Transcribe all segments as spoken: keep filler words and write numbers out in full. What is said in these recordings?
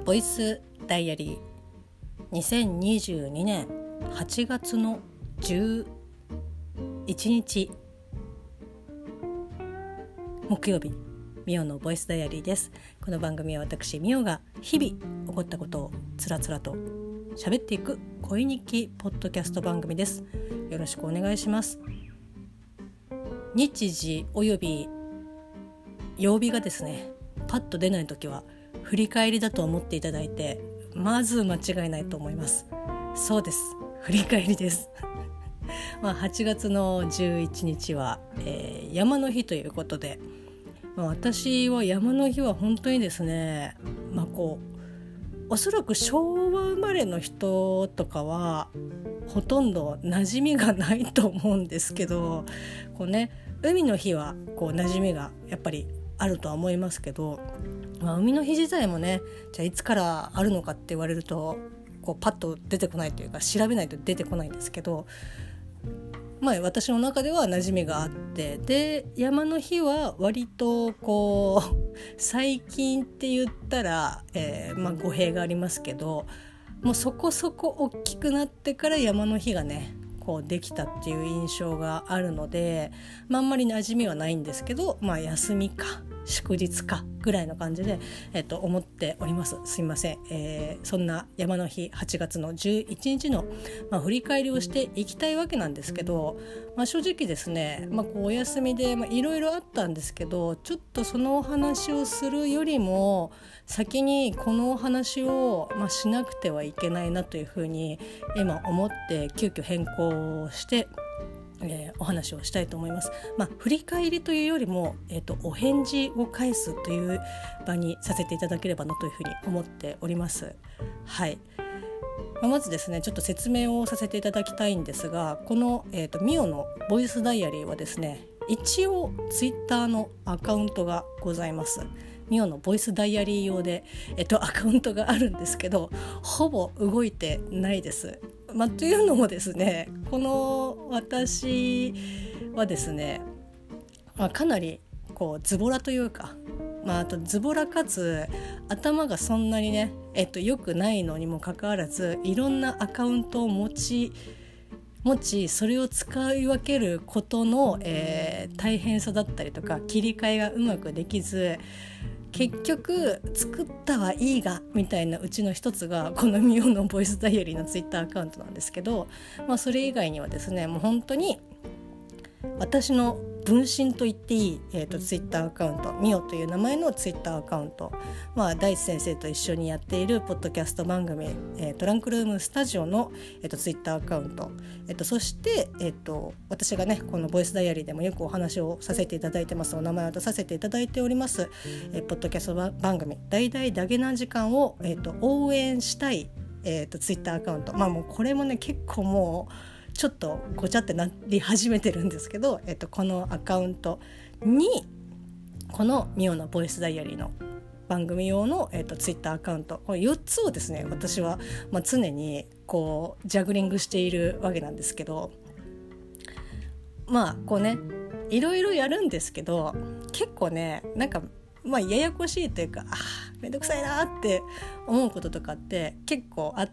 ボイスダイアリーにせんにじゅうにねんはちがつのじゅういちにち木曜日、ミオのボイスダイアリーです。この番組は私ミオが日々起こったことをつらつらと喋っていく恋日記ポッドキャスト番組です。よろしくお願いします。日時および曜日がですねパッと出ないときは振り返りだと思っていただいてまず間違いないと思います。そうです、振り返りですまあはちがつのじゅういちにちは、えー、山の日ということで、まあ、私は山の日は本当にですね、まあ、こうおそらく昭和生まれの人とかはほとんど馴染みがないと思うんですけど、こうね、海の日はこう馴染みがやっぱりあるとは思いますけど、まあ、海の日自体もね、じゃあいつからあるのかって言われるとこうパッと出てこないというか、調べないと出てこないんですけど、まあ、私の中では馴染みがあって、で山の日は割とこう最近って言ったら、えーまあ、語弊がありますけど、もうそこそこ大きくなってから山の日がねこうできたっていう印象があるので、まあ、あんまり馴染みはないんですけど、まあ、休みか祝日かぐらいの感じで、えっと、思っております。すいません、えー、そんな山の日はちがつのじゅういちにちの、まあ、振り返りをしていきたいわけなんですけど、まあ、正直ですね、まあ、こうお休みでいろいろあったんですけど、ちょっとそのお話をするよりも先にこのお話を、まあ、しなくてはいけないなというふうに今思って急遽変更してえー、お話をしたいと思います。まあ、振り返りというよりも、えーと、お返事を返すという場にさせていただければなというふうに思っております。はい。まあ、まずですね、ちょっと説明をさせていただきたいんですが、この、えーと、ミオのボイスダイアリーはですね、一応ツイッターのアカウントがございます。ミオのボイスダイアリー用で、えっと、アカウントがあるんですけど、ほぼ動いてないです。まあ、というのもですね、この私はですね、まあ、かなりこうズボラというか、まあ、あとズボラかつ頭がそんなにね、えっと、良くないのにもかかわらず、いろんなアカウントを持ち持ちそれを使い分けることの、えー、大変さだったりとか、切り替えがうまくできず、結局作ったはいいがみたいなうちの一つがこのミオのボイスダイアリーのツイッターアカウントなんですけど、まあ、それ以外にはですね、もう本当に私の分身と言っていい、えーと、ツイッターアカウント、ミオという名前のツイッターアカウント、まあ、大地先生と一緒にやっているポッドキャスト番組、えー、トランクルームスタジオの、えーと、ツイッターアカウント、えーと、そして、えーと、私がねこのボイスダイアリーでもよくお話をさせていただいてます、お名前を出させていただいております、えー、ポッドキャスト番組大々だげな時間を、えーと、応援したい、えーと、ツイッターアカウント、まあもうこれもね結構もうちょっとごちゃってなり始めてるんですけど、えっと、このアカウントにこのミオのボイスダイアリーの番組用の、えっと、ツイッターアカウント、これよっつをですね私は、まあ、常にこうジャグリングしているわけなんですけど、まあこうねいろいろやるんですけど、結構ねなんかまあややこしいというか、あめんどくさいなって思うこととかって結構あって、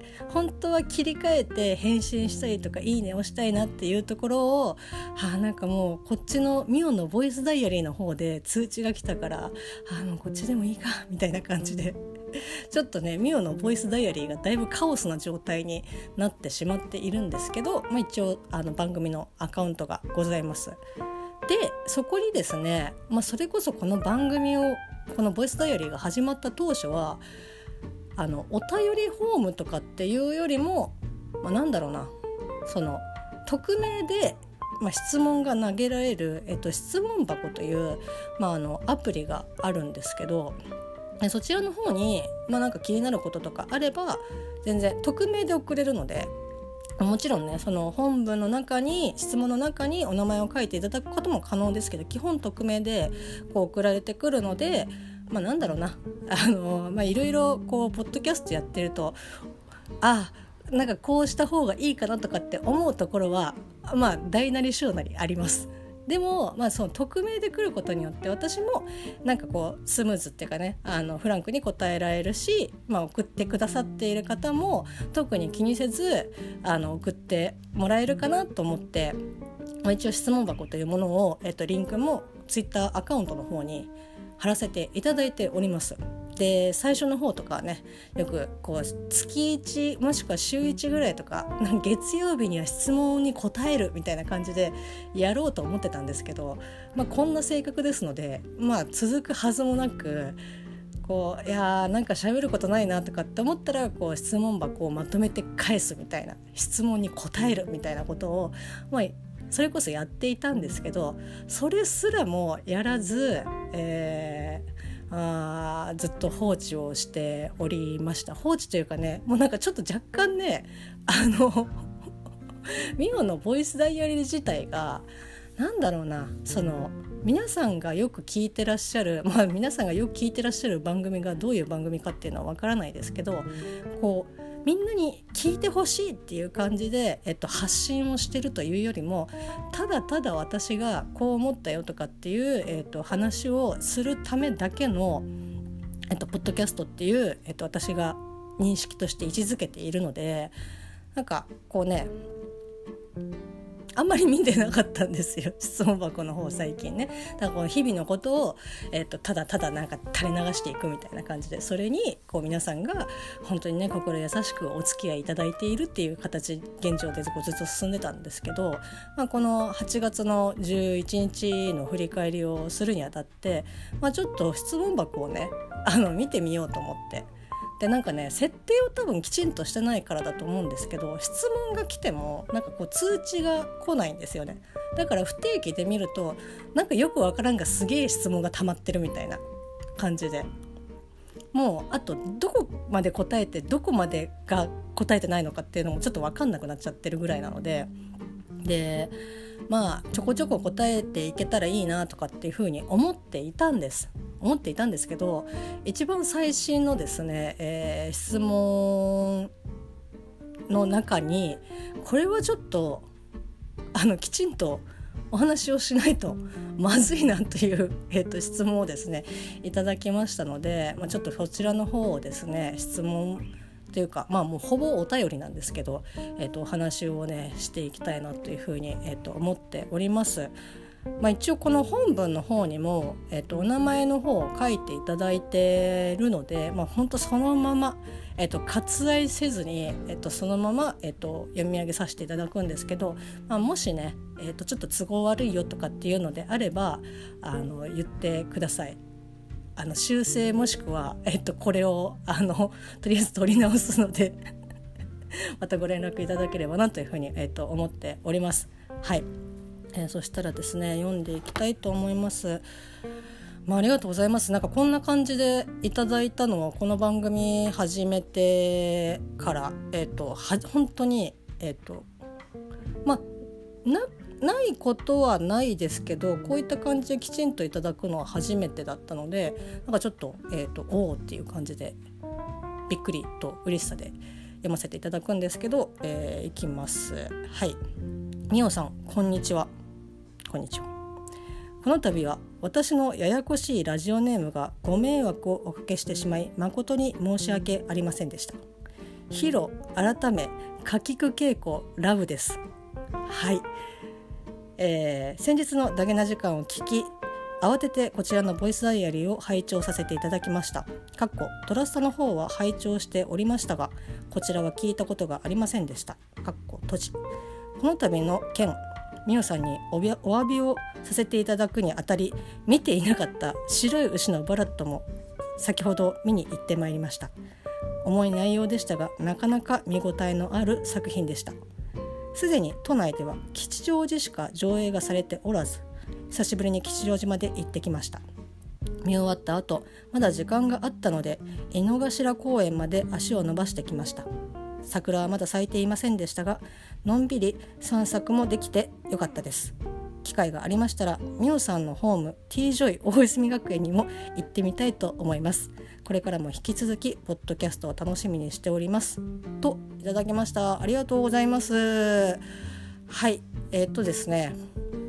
本当は切り替えて返信したりとかいいね押したいなっていうところを、はあ、なんかもうこっちのミオのボイスダイアリーの方で通知が来たから、はあ、もうこっちでもいいかみたいな感じでちょっとねミオのボイスダイアリーがだいぶカオスな状態になってしまっているんですけど、まあ、一応あの番組のアカウントがございます。でそこにですね、まあ、それこそこの番組をこのボイスダイアリーが始まった当初はあのお便りフォームとかっていうよりも、まあ、なんだろうな、その匿名で、まあ、質問が投げられる、えっと、質問箱という、まあ、あのアプリがあるんですけど、そちらの方に、まあ、なんか気になることとかあれば全然匿名で送れるので、もちろんねその本文の中に質問の中にお名前を書いていただくことも可能ですけど、基本匿名でこう送られてくるので、まあなんだろうな、あのまあいろいろこうポッドキャストやってると、あなんかこうした方がいいかなとかって思うところはまあ大なり小なりあります。 でも、まあ、その匿名で来ることによって私もなんかこうスムーズっていうかね、あのフランクに答えられるし、まあ、送ってくださっている方も特に気にせずあの送ってもらえるかなと思って、まあ、一応質問箱というものを、えっと、リンクもツイッターアカウントの方に貼らせていただいております。で最初の方とかはね、よくこう月いちもしくは週いちぐらいとか、月曜日には質問に答えるみたいな感じでやろうと思ってたんですけど、まあ、こんな性格ですので、まあ、続くはずもなく、こういやーなんか喋ることないなとかって思ったらこう質問箱をまとめて返すみたいな、質問に答えるみたいなことを、まあ、それこそやっていたんですけど、それすらもやらず、えーあずっと放置をしておりました。放置というかね、もうなんかちょっと若干ね、あのミオのボイスダイアリー自体がなんだろうな、その皆さんがよく聞いてらっしゃる、まあ皆さんがよく聞いてらっしゃる番組がどういう番組かっていうのはわからないですけど、こうみんなに聞いてほしいっていう感じで、えっと、発信をしてるというよりも、ただただ私がこう思ったよとかっていう、えっと、話をするためだけの、えっと、ポッドキャストっていう、えっと、私が認識として位置づけているので、なんかこうね、あんまり見てなかったんですよ、質問箱の方最近ね。だからこう日々のことを、えー、とただただなんか垂れ流していくみたいな感じで、それにこう皆さんが本当にね心優しくお付き合いいただいているっていう形、現状でこうずっと進んでたんですけど、まあ、このはちがつのじゅういちにちの振り返りをするにあたって、まあ、ちょっと質問箱をねあの見てみようと思って、でなんかね設定を多分きちんとしてないからだと思うんですけど、質問が来てもなんかこう通知が来ないんですよね。だから不定期で見るとなんかよくわからんがすげえ質問が溜まってるみたいな感じで、もうあとどこまで答えてどこまでが答えてないのかっていうのもちょっとわかんなくなっちゃってるぐらいなので、でまあちょこちょこ答えていけたらいいなとかっていうふうに思っていたんです思っていたんですけど、一番最新のですね、えー、質問の中にこれはちょっとあのきちんとお話をしないとまずいなという、えー、と質問をですねいただきましたので、まあ、ちょっとそちらの方をですね質問というか、まあもうほぼお便りなんですけど、えー、とお話をねしていきたいなというふうに、えー、と思っております。まあ、一応この本文の方にも、えっと、お名前の方を書いていただいているので、まあ、本当そのまま、えっと、割愛せずに、えっと、そのまま、えっと、読み上げさせていただくんですけど、まあ、もしね、えっと、ちょっと都合悪いよとかっていうのであればあの言ってください。あの修正もしくは、えっと、これをあのとりあえず取り直すのでまたご連絡いただければなというふうに、えっと、思っております。はい、えー、そしたらですね読んでいきたいと思います。まあ、ありがとうございます。なんかこんな感じでいただいたのはこの番組始めてから、えー、とは本当に、えーとまあ、な, ないことはないですけど、こういった感じできちんといただくのは初めてだったので、なんかちょっと、えー、とおーっていう感じでびっくりと嬉しさで読ませていただくんですけど、えー、いきます。はい、みおさんこんにちは。こんにちは。この度は私のややこしいラジオネームがご迷惑をおかけしてしまい誠に申し訳ありませんでした。ヒロ改めかきく稽古ラブです。はい、えー、先日のダゲな時間を聞き慌ててこちらのボイスダイアリーを拝聴させていただきました。かっこトラスタの方は拝聴しておりましたが、こちらは聞いたことがありませんでした。かっこ閉じ。この度の件、みおさんに お, お詫びをさせていただくにあたり、見ていなかった白い牛のバラットも先ほど見に行ってまいりました。重い内容でしたが、なかなか見応えのある作品でした。すでに都内では吉祥寺しか上映がされておらず、久しぶりに吉祥寺まで行ってきました。見終わった後、まだ時間があったので井の頭公園まで足を伸ばしてきました。桜はまだ咲いていませんでしたが、のんびり散策もできてよかったです。機会がありましたらみおさんのホーム T ジョイ大泉学園にも行ってみたいと思います。これからも引き続きポッドキャストを楽しみにしておりますといただきました。ありがとうございます。はい、えー、っとですね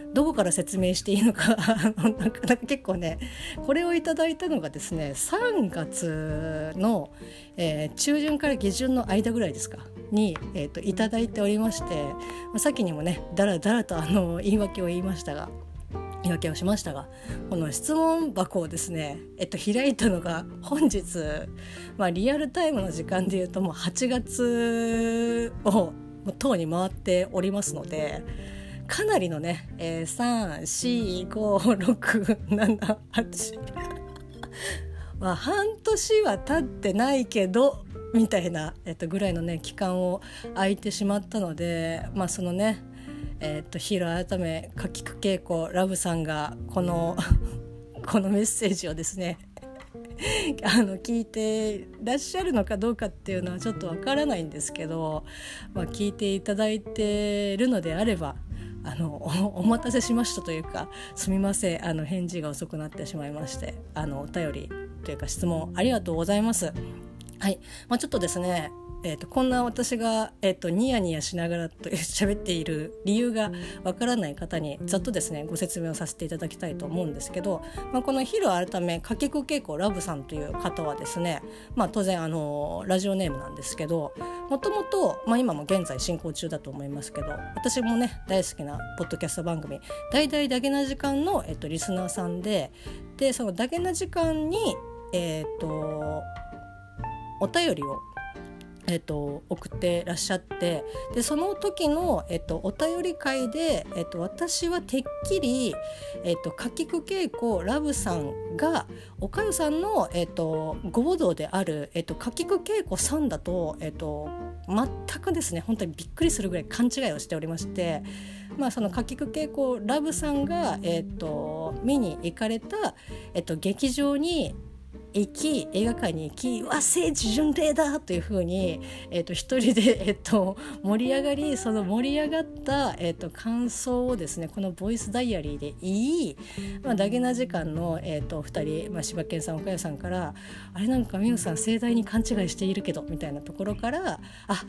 どこから説明していいのかなかなか結構ね、これをいただいたのがですねさんがつの、えー、中旬から下旬の間ぐらいですかに、えー、といただいておりまして、まあ、先にもねだらだらとあの言い訳を言いましたが言い訳をしましたが、この質問箱をですね、えっと、開いたのが本日、まあ、リアルタイムの時間でいうともうはちがつをとうに回っておりますので、かなりのね、えー、さん、よん、ご、ろく、なな、はち まあ半年は経ってないけどみたいな、えっと、ぐらいのね期間を空いてしまったので、まあそのねえっとヒーロー改めかきくけいこラブさんがこのこのメッセージをですねあの聞いてらっしゃるのかどうかっていうのはちょっとわからないんですけど、まあ、聞いていただいているのであればあの お, お待たせしましたというか、すみません、あの返事が遅くなってしまいまして、あのお便りというか質問ありがとうございます。はい、まあ、ちょっとですねえー、とこんな私が、えー、とニヤニヤしながらと喋っている理由がわからない方にざっとですねご説明をさせていただきたいと思うんですけど、まあ、このヒロ改めかきくけいこラブさんという方はですね、まあ、当然あのラジオネームなんですけど、もともと、まあ、今も現在進行中だと思いますけど、私もね大好きなポッドキャスト番組大々だけな時間の、えー、とリスナーさんで、でそのだけな時間に、えー、とお便りをえっと、送ってらっしゃって、でその時の、えっと、お便り会で、えっと、私はてっきり、えっと、かきくけいこラブさんがおかゆさんの、えっと、ご母堂である、えっと、かきくけいこさんだと、えっと、全くですね本当にびっくりするぐらい勘違いをしておりまして、まあ、そのかきくけいこラブさんが、えっと、見に行かれた、えっと、劇場に行き映画館に行き、わ聖地巡礼だというふうに、えー、と一人で、えー、と盛り上がり、その盛り上がった、えー、と感想をですねこのボイスダイアリーで言い、まあ、ダゲな時間の、えー、とふたり、まあ、柴犬さん岡谷さんからあれなんかミオさん盛大に勘違いしているけどみたいなところからああ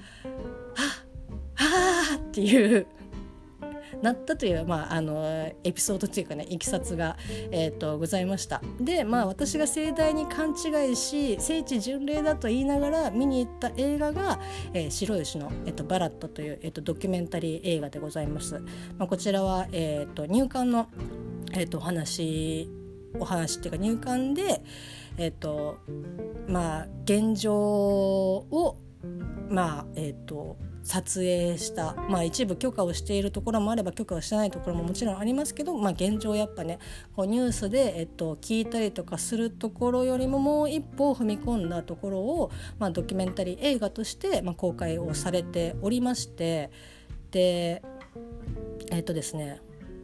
あっていうなったという、まあ、あのエピソードというかねいきさつが、えー、とございました。で、まあ、私が盛大に勘違いし聖地巡礼だと言いながら見に行った映画が、えー、白吉の、えー、とバラットという、えー、とドキュメンタリー映画でございます。まあ、こちらは、えー、と入管の、えー、とお話お話っていうか入管で、えーとまあ、現状をまあえー、と撮影した、まあ、一部許可をしているところもあれば許可をしてないところももちろんありますけど、まあ、現状やっぱねこうニュースで、えっと、聞いたりとかするところよりももう一歩踏み込んだところを、まあ、ドキュメンタリー映画として、まあ、公開をされておりまして、でえっとですね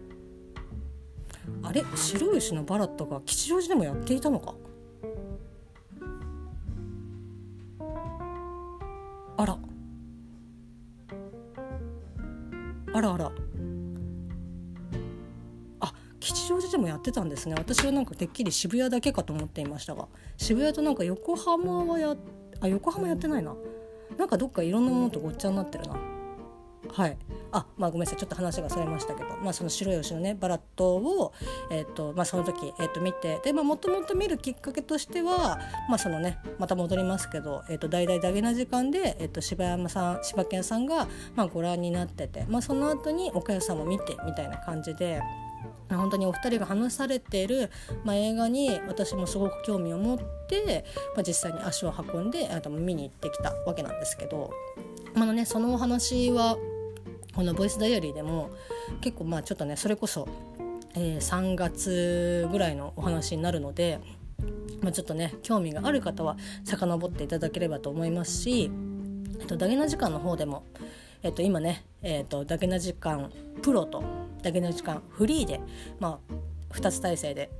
あれ白石のバラットが吉祥寺でもやっていたのか。あらあらあらあ吉祥寺でもやってたんですね。私はなんかてっきり渋谷だけかと思っていましたが、渋谷となんか横浜はやあ横浜やってないな、なんかどっかいろんなものとごっちゃになってるな。はいあまあごめんなさいちょっと話がそれましたけど、まあ、その白吉のねバラットを、えーとまあ、その時、えー、と見て、でもともと見るきっかけとしては、まあそのね、また戻りますけど、えー、と大々だけな時間で、えー、と柴山さん柴犬さんが、まあ、ご覧になってて、まあ、その後に岡谷さんも見てみたいな感じで、本当にお二人が話されている、まあ、映画に私もすごく興味を持って、まあ、実際に足を運んであと見に行ってきたわけなんですけど、まあね、そのお話はこのボイスダイアリーでも結構まあちょっとねそれこそ、えー、さんがつぐらいのお話になるので、まあ、ちょっとね興味がある方は遡っていただければと思いますし、えっと、ダゲな時間の方でも、えっと、今ね、えっと、ダゲな時間プロとダゲな時間フリーで、まあ、ふたつ体制で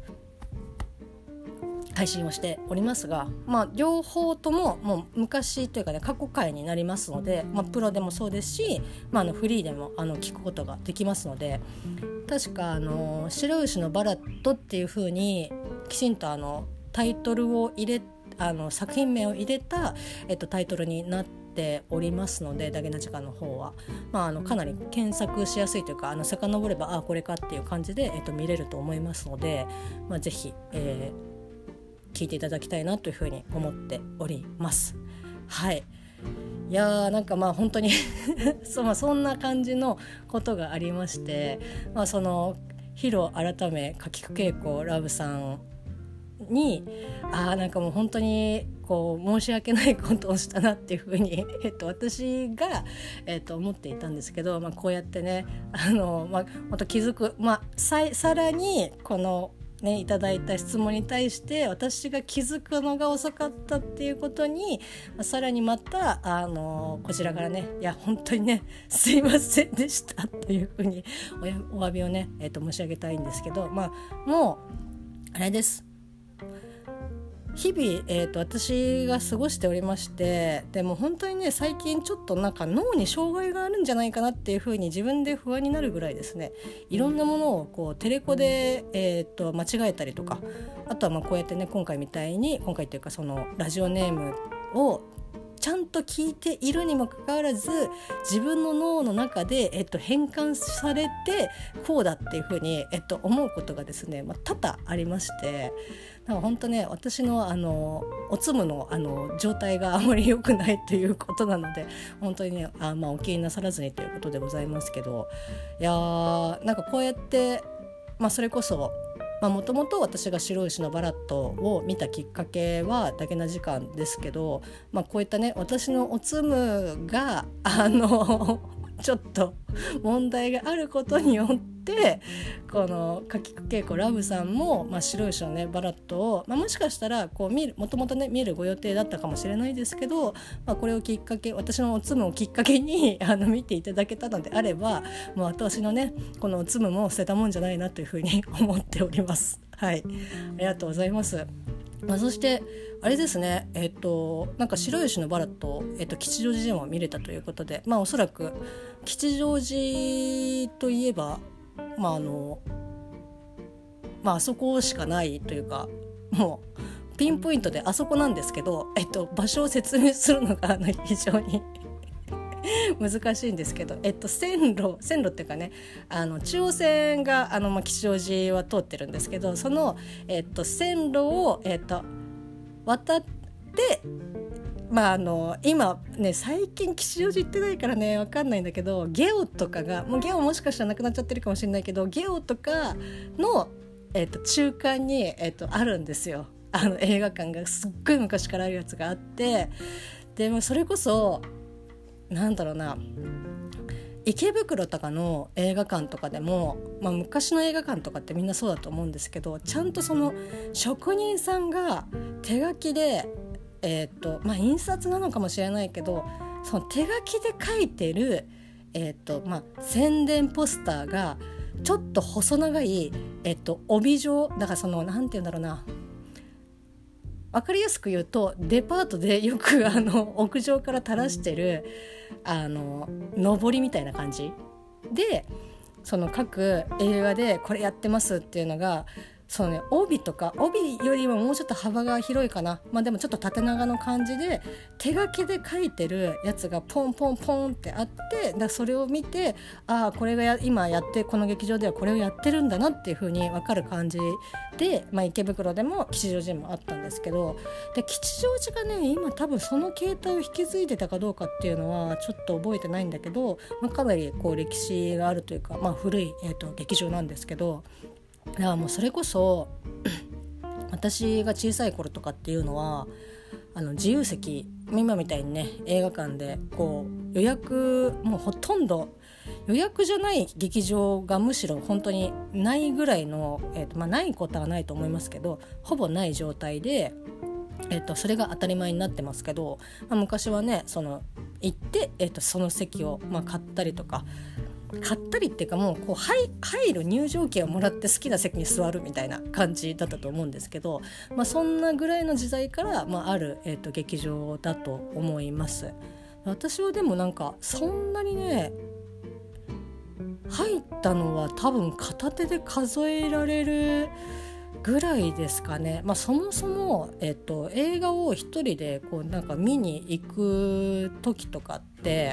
配信をしておりますが、まあ、両方とももう昔というかね過去回になりますので、まあ、プロでもそうですし、まあ、あのフリーでもあの聞くことができますので、確かあの白牛のバラットっていう風にきちんとあのタイトルを入れあの作品名を入れた、えっと、タイトルになってっておりますので、ダゲな時間の方は、まあ、あのかなり検索しやすいというか、あの遡ればあこれかっていう感じで、えっと、見れると思いますので、まあ、ぜひ、えー、聞いていただきたいなというふうに思っております。はい、いやーなんかまあ本当にそ, まあそんな感じのことがありまして、まあ、そのヒロ改めかきくけいこラブさんにあーなんかもう本当にこう申し訳ないことをしたなっていうふうに、えっと、私が、えっと、思っていたんですけど、まあ、こうやってねあの、まあ、また気づく、まあ、さ, さらにこのね、いただいた質問に対して私が気づくのが遅かったっていうことに、まあ、さらにまたあのこちらからねいや本当にねすいませんでしたっていうふうに お, お詫びをね、えー、と申し上げたいんですけど、まあもうあれです日々、えー、と私が過ごしておりまして、でも本当にね最近ちょっとなんか脳に障害があるんじゃないかなっていう風に自分で不安になるぐらいですね、いろんなものをこうテレコで、えー、と間違えたりとか、あとはまあこうやってね今回みたいに今回っていうかそのラジオネームをちゃんと聞いているにもかかわらず自分の脳の中で、えっと、変換されてこうだっていうふうに、えっと、思うことがですね、まあ、多々ありまして、なんか本当ね私の、あのおつむの、あの状態があまり良くないということなので本当にねあ、まあ、お気になさらずにということでございますけど、いやーなんかこうやって、まあ、それこそもともと私が白石のバラットを見たきっかけはだけな時間ですけど、まあ、こういったね私のおつむがあのちょっと問題があることによってこのかきくけいこラブさんも、まあ、白石のねバラットを、まあ、もしかしたらこう見るもともとね見るご予定だったかもしれないですけど、まあ、これをきっかけ私のおつむをきっかけにあの見ていただけたのであれば、まあ、私のねこのおつむも捨てたもんじゃないなというふうに思っております。はい、ありがとうございます。まあ、そしてあれですね、えっと、なんか白石のバラット、えっと、吉祥寺でも見れたということで、まあ、おそらく吉祥寺といえば、まああのまあ、あそこしかないというかもうピンポイントであそこなんですけど、えっと、場所を説明するのがあの非常に難しいんですけど、えっと、線路線路っていうかねあの中央線があの、まあ、吉祥寺は通ってるんですけど、その、えっと、線路を、えっと、渡って、まあ、あの今ね最近吉祥寺行ってないからね分かんないんだけど、ゲオとかがもうゲオもしかしたらなくなっちゃってるかもしれないけど、ゲオとかの、えっと、中間に、えっと、あるんですよ、あの映画館がすっごい昔からあるやつがあって、でもそれこそなんだろうな池袋とかの映画館とかでも、まあ、昔の映画館とかってみんなそうだと思うんですけど、ちゃんとその職人さんが手書きで、えーっとまあ、印刷なのかもしれないけどその手書きで書いてる、えーっとまあ、宣伝ポスターがちょっと細長い、えーっと帯状だから、そのなんていうんだろうな、分かりやすく言うとデパートでよくあの屋上から垂らしてるあの上りみたいな感じで、その各映画でこれやってますっていうのがそのね、帯とか帯よりももうちょっと幅が広いかな、まあでもちょっと縦長の感じで手書きで書いてるやつがポンポンポンってあって、だそれを見てああこれがや今やってこの劇場ではこれをやってるんだなっていう風に分かる感じで、まあ、池袋でも吉祥寺もあったんですけど、で吉祥寺がね今多分その形態を引き継いでたかどうかっていうのはちょっと覚えてないんだけど、まあ、かなりこう歴史があるというか、まあ、古い、えーと、劇場なんですけど、だからもうそれこそ私が小さい頃とかっていうのはあの自由席、今みたいにね映画館でこう予約もうほとんど予約じゃない劇場がむしろ本当にないぐらいの、えーとまあ、ないことはないと思いますけどほぼない状態で、えーとそれが当たり前になってますけど、まあ、昔はねその行って、えーとその席を、まあ、買ったりとか買ったりっていうかもうこう 入, 入る入場券をもらって好きな席に座るみたいな感じだったと思うんですけど、まあ、そんなぐらいの時代から、まあ、ある、えーと劇場だと思います。私はでもなんかそんなにね入ったのは多分片手で数えられるぐらいですかね。まあ、そもそも、えっと、映画を一人でこうなんか見に行く時とかって、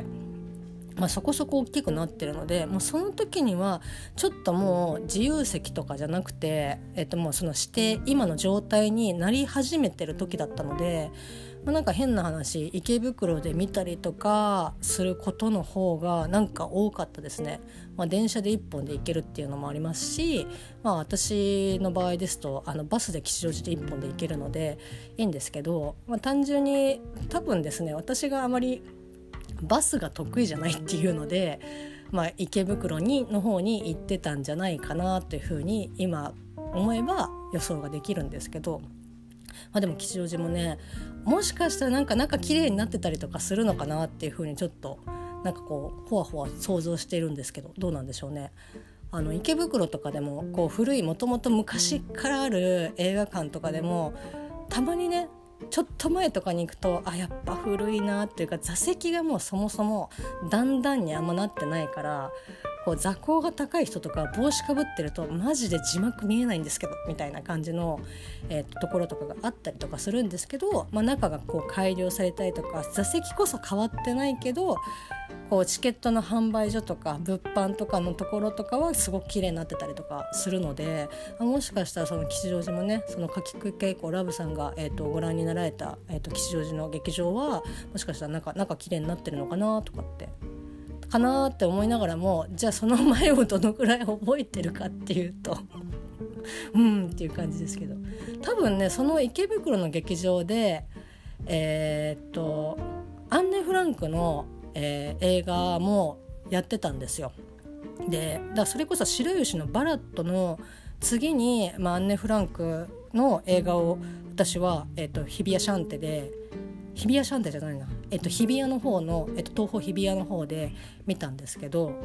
まあ、そこそこ大きくなってるので、もうその時にはちょっともう自由席とかじゃなくて、えっと、もうその指定今の状態になり始めてる時だったので、まあ、なんか変な話池袋で見たりとかすることの方がなんか多かったですね。まあ、電車でいっぽんで行けるっていうのもありますし、まあ、私の場合ですとあのバスで吉祥寺でいっぽんで行けるのでいいんですけど、まあ、単純に多分ですね、私があまりバスが得意じゃないっていうので、まあ、池袋にの方に行ってたんじゃないかなというふうに今思えば予想ができるんですけど、まあ、でも吉祥寺もね、もしかしたらなんか中綺麗になってたりとかするのかなっていうふうにちょっとなんかこうほわほわ想像しているんですけど、どうなんでしょうね。あの池袋とかでもこう古いもともと昔からある映画館とかでもたまにねちょっと前とかに行くと、あやっぱ古いなっていうか、座席がもうそもそも段々にあんまなってないから、こう座高が高い人とか帽子かぶってるとマジで字幕見えないんですけどみたいな感じの、えー、ところとかがあったりとかするんですけど、まあ、中がこう改良されたりとか、座席こそ変わってないけどこうチケットの販売所とか物販とかのところとかはすごく綺麗になってたりとかするので、もしかしたらその吉祥寺もね、その柿久恵子ラブさんが、えー、とご覧になられた、えー、と吉祥寺の劇場はもしかしたら中中綺麗になってるのかなとかってかなって思いながらも、じゃあその前をどのくらい覚えてるかっていうとうんっていう感じですけど、多分ねその池袋の劇場でえー、っとアンネ・フランクの、えー、映画もやってたんですよ。でだからそれこそ白石のバラットの次に、まあ、アンネ・フランクの映画を私は、えー、っと日比谷シャンテで日比谷シャンテじゃないな、えっと、日比谷の方の、えっと、東宝日比谷の方で見たんですけど、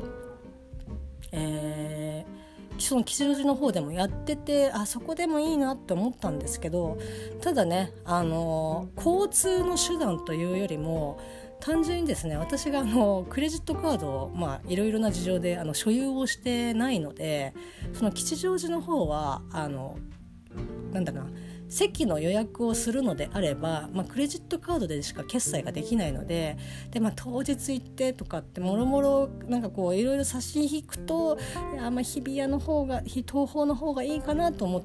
えー、その吉祥寺の方でもやってて、あそこでもいいなって思ったんですけど、ただね、あの交通の手段というよりも単純にですね、私があのクレジットカードをまあいろいろな事情であの所有をしてないので、その吉祥寺の方はあのなんだろうな、席の予約をするのであれば、まあ、クレジットカードでしか決済ができないので、で、まあ、当日行ってとかってもろもろなんかこういろいろ差し引くと、あ、まあ、日比谷の方が東宝の方がいいかなと思って、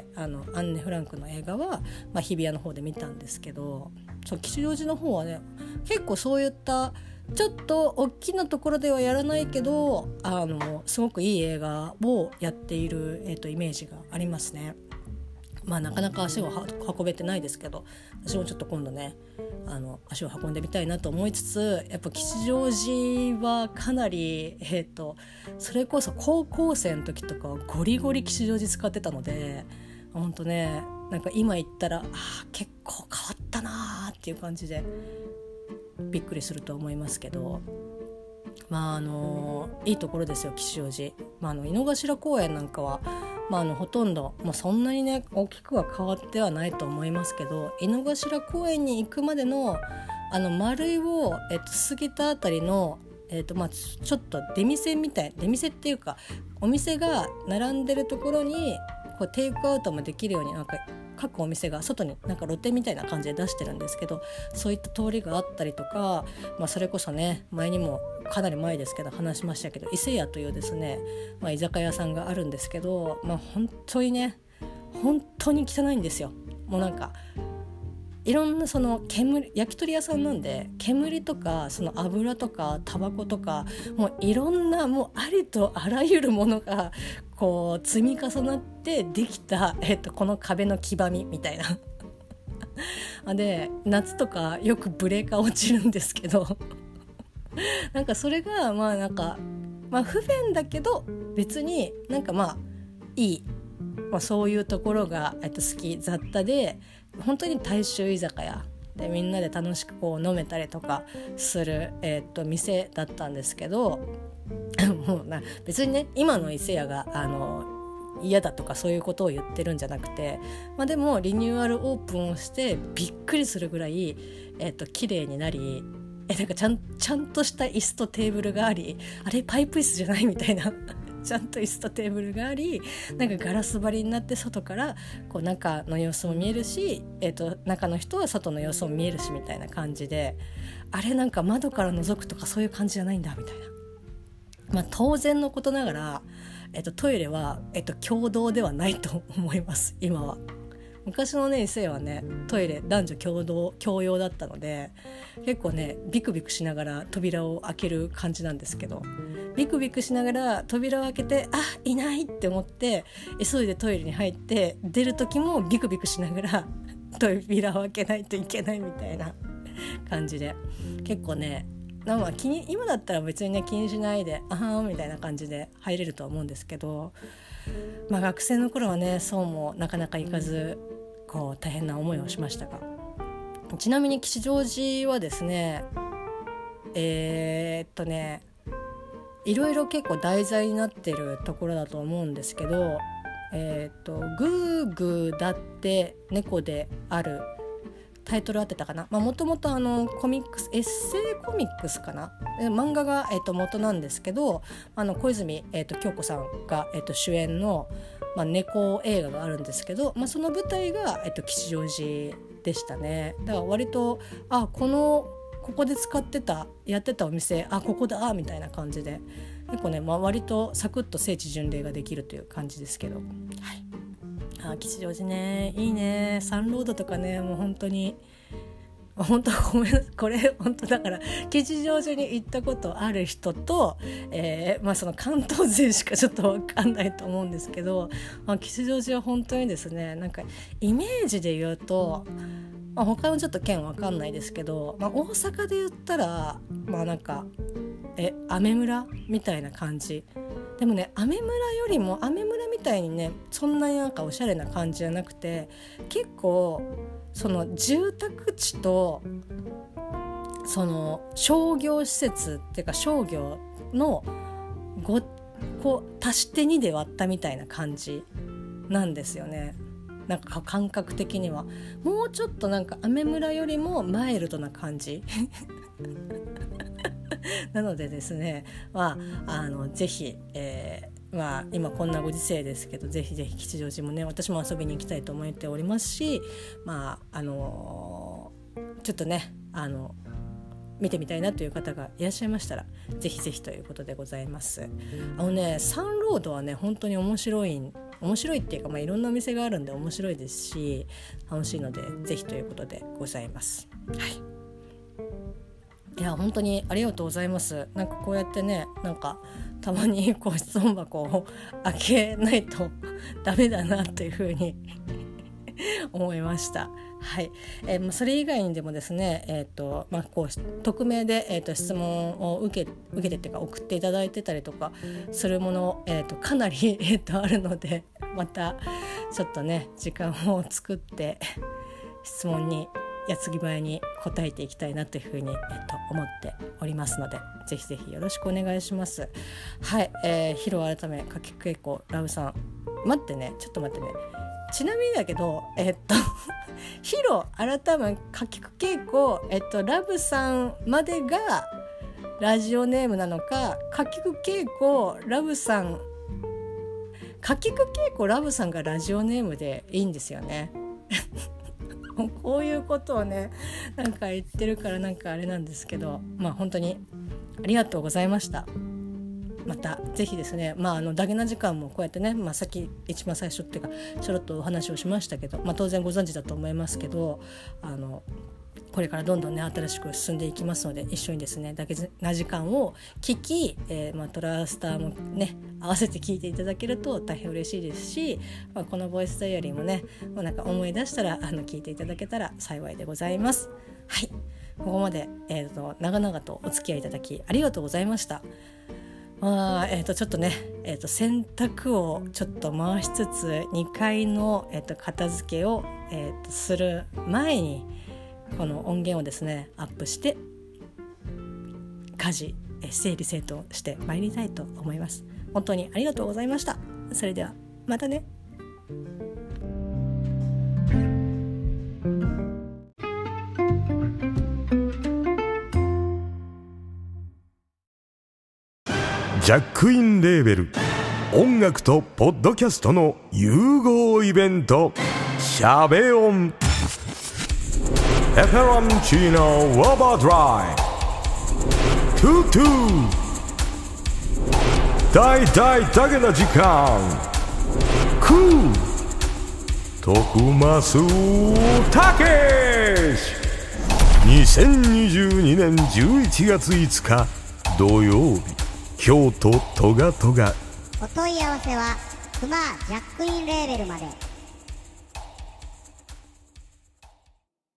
あのアンネ・フランクの映画は、まあ、日比谷の方で見たんですけど、そう吉祥寺の方はね結構そういったちょっと大きなところではやらないけど、あのすごくいい映画をやっている、えーと、イメージがありますね。まあ、なかなか足を運べてないですけど、私もちょっと今度ねあの足を運んでみたいなと思いつつ、やっぱ吉祥寺はかなり、えーと、それこそ高校生の時とかはゴリゴリ吉祥寺使ってたので、本当ねなんか今言ったらあ結構変わったなっていう感じでびっくりすると思いますけど、まああのいいところですよ吉祥寺。まあ、あの井の頭公園なんかはまあ、あのほとんど、まあ、そんなにね大きくは変わってはないと思いますけど、井の頭公園に行くまでのあの丸井を、えっと、過ぎたあたりの、えっとまあ、ちょっと出店みたい出店っていうかお店が並んでるところにこうテイクアウトもできるようになんか各お店が外になんか露店みたいな感じで出してるんですけど、そういった通りがあったりとか、まあ、それこそね前にもかなり前ですけど話しましたけど伊勢屋というですね、まあ、居酒屋さんがあるんですけど、まあ、本当にね本当に汚いんですよ。もうなんかいろんなその煙焼き鳥屋さんなんで煙とかその油とかタバコとかもういろんなもうありとあらゆるものがこう積み重なってできた、えっと、この壁の黄ばみみたいなで夏とかよくブレーカー落ちるんですけどなんかそれがまあなんか、まあ、不便だけど別になんかまあいい、まあ、そういうところが、えっと、好き雑多で本当に大衆居酒屋でみんなで楽しくこう飲めたりとかする、えー、っと店だったんですけどもうな別にね今の伊勢屋があの嫌だとかそういうことを言ってるんじゃなくて、まあ、でもリニューアルオープンをしてびっくりするぐらい、えー、っと綺麗になり、えなんかちゃん、ちゃんとした椅子とテーブルがあり、あれパイプ椅子じゃないみたいなちゃんと椅子とテーブルがあり、なんかガラス張りになって外からこう中の様子も見えるし、えーと、中の人は外の様子も見えるしみたいな感じで、あれなんか窓から覗くとかそういう感じじゃないんだみたいな。まあ当然のことながら、えーと、トイレは、えーと、共同ではないと思います今は。昔のね異性はねトイレ男女共同共用だったので、結構ねビクビクしながら扉を開ける感じなんですけど、ビクビクしながら扉を開けて、あいないって思って急いでトイレに入って出る時もビクビクしながら扉を開けないといけないみたいな感じで、結構ねなんか気に今だったら別にね気にしないであーみたいな感じで入れるとは思うんですけど、まあ学生の頃はねそうもなかなかいかず、こう大変な思いをしましたが、ちなみに吉祥寺はですねえー、っとねいろいろ結構題材になってるところだと思うんですけど、えー、っとグーグーだって猫である、タイトル合ってたかな。もともとコミックスエッセイコミックスかな、漫画が、えー、と元なんですけど、あの小泉、えー、と京子さんが、えー、と主演の、まあ、猫映画があるんですけど、まあ、その舞台が、えー、と吉祥寺でしたね。だから割とあこのここで使ってたやってたお店、あここだみたいな感じで、結構ね、まあ、割とサクッと聖地巡礼ができるという感じですけど、はい、あ吉祥寺ねいいね。サンロードとかねもう本当に本当ごめんこれ本当だから吉祥寺に行ったことある人と、えーまあ、その関東勢しかちょっと分かんないと思うんですけど、まあ、吉祥寺は本当にですね、なんかイメージで言うと、まあ、他のちょっと県分かんないですけど、まあ、大阪で言ったらまあなんかえアメ村みたいな感じでもね、アメ村よりもアメ村みたいにねそんなになんかおしゃれな感じじゃなくて、結構その住宅地とその商業施設っていうか商業のごこう足してにで割ったみたいな感じなんですよね。なんか感覚的にはもうちょっとなんかアメ村よりもマイルドな感じなのでですね、まあ、あのぜひ、えーまあ、今こんなご時世ですけど、ぜひぜひ吉祥寺もね私も遊びに行きたいと思っておりますし、まああのー、ちょっとねあの見てみたいなという方がいらっしゃいましたらぜひぜひということでございます。あのねサンロードはね本当に面白い面白いっていうか、まあ、いろんなお店があるんで面白いですし楽しいのでぜひということでございます。はい、いや本当にありがとうございます。なんかこうやってねなんかたまにこう質問箱を開けないとダメだなというふうに思いました。はい、えー、それ以外にでもですね、えーとまあ、こう匿名で、えーと質問を受け、受けてっていうか送っていただいてたりとかするもの、えーとかなり、えーとあるので、またちょっとね時間を作って質問に矢継ぎ早に答えていきたいなというふうに、えーと思っておりますので、ぜひぜひよろしくお願いします。はい、えー、ヒロ改めかきくけこラブさん、待ってねちょっと待ってね、ちなみにだけどえっとヒロ改めかきくけいこ、えっとラブさんまでがラジオネームなのか、かきくけいこラブさんかきくけいこラブさんがラジオネームでいいんですよねこういうことをねなんか言ってるからなんかあれなんですけど、まあ本当にありがとうございました。またぜひですね、まあ、あのダゲな時間もこうやってね、まあ、さっき一番最初っていうかちょろっとお話をしましたけど、まあ、当然ご存知だと思いますけど、あのこれからどんどんね新しく進んでいきますので、一緒にですねダゲな時間を聞き、えーまあ、トラスターもね合わせて聞いていただけると大変嬉しいですし、まあ、このボイスダイアリーもねもうなんか思い出したらあの聞いていただけたら幸いでございます。はい、ここまで、えーと、長々とお付き合いいただきありがとうございました。まあえー、とちょっとね、えー、と洗濯をちょっと回しつつにかいの、えー、と片付けを、えー、とする前にこの音源をですねアップして家事、えー、整理整頓してまいりたいと思います。本当にありがとうございました。それではまたね。 ジャックインレーベル音楽とポッドキャストの融合イベント、シャベオン。ペペロンチーノオーバードライトゥトゥ大大だけな時間クー徳増たけし。にせんにじゅうにねんじゅういちがついつか土曜日、京都トガトガ。 お問い合わせはクマジャックインレーベルまで。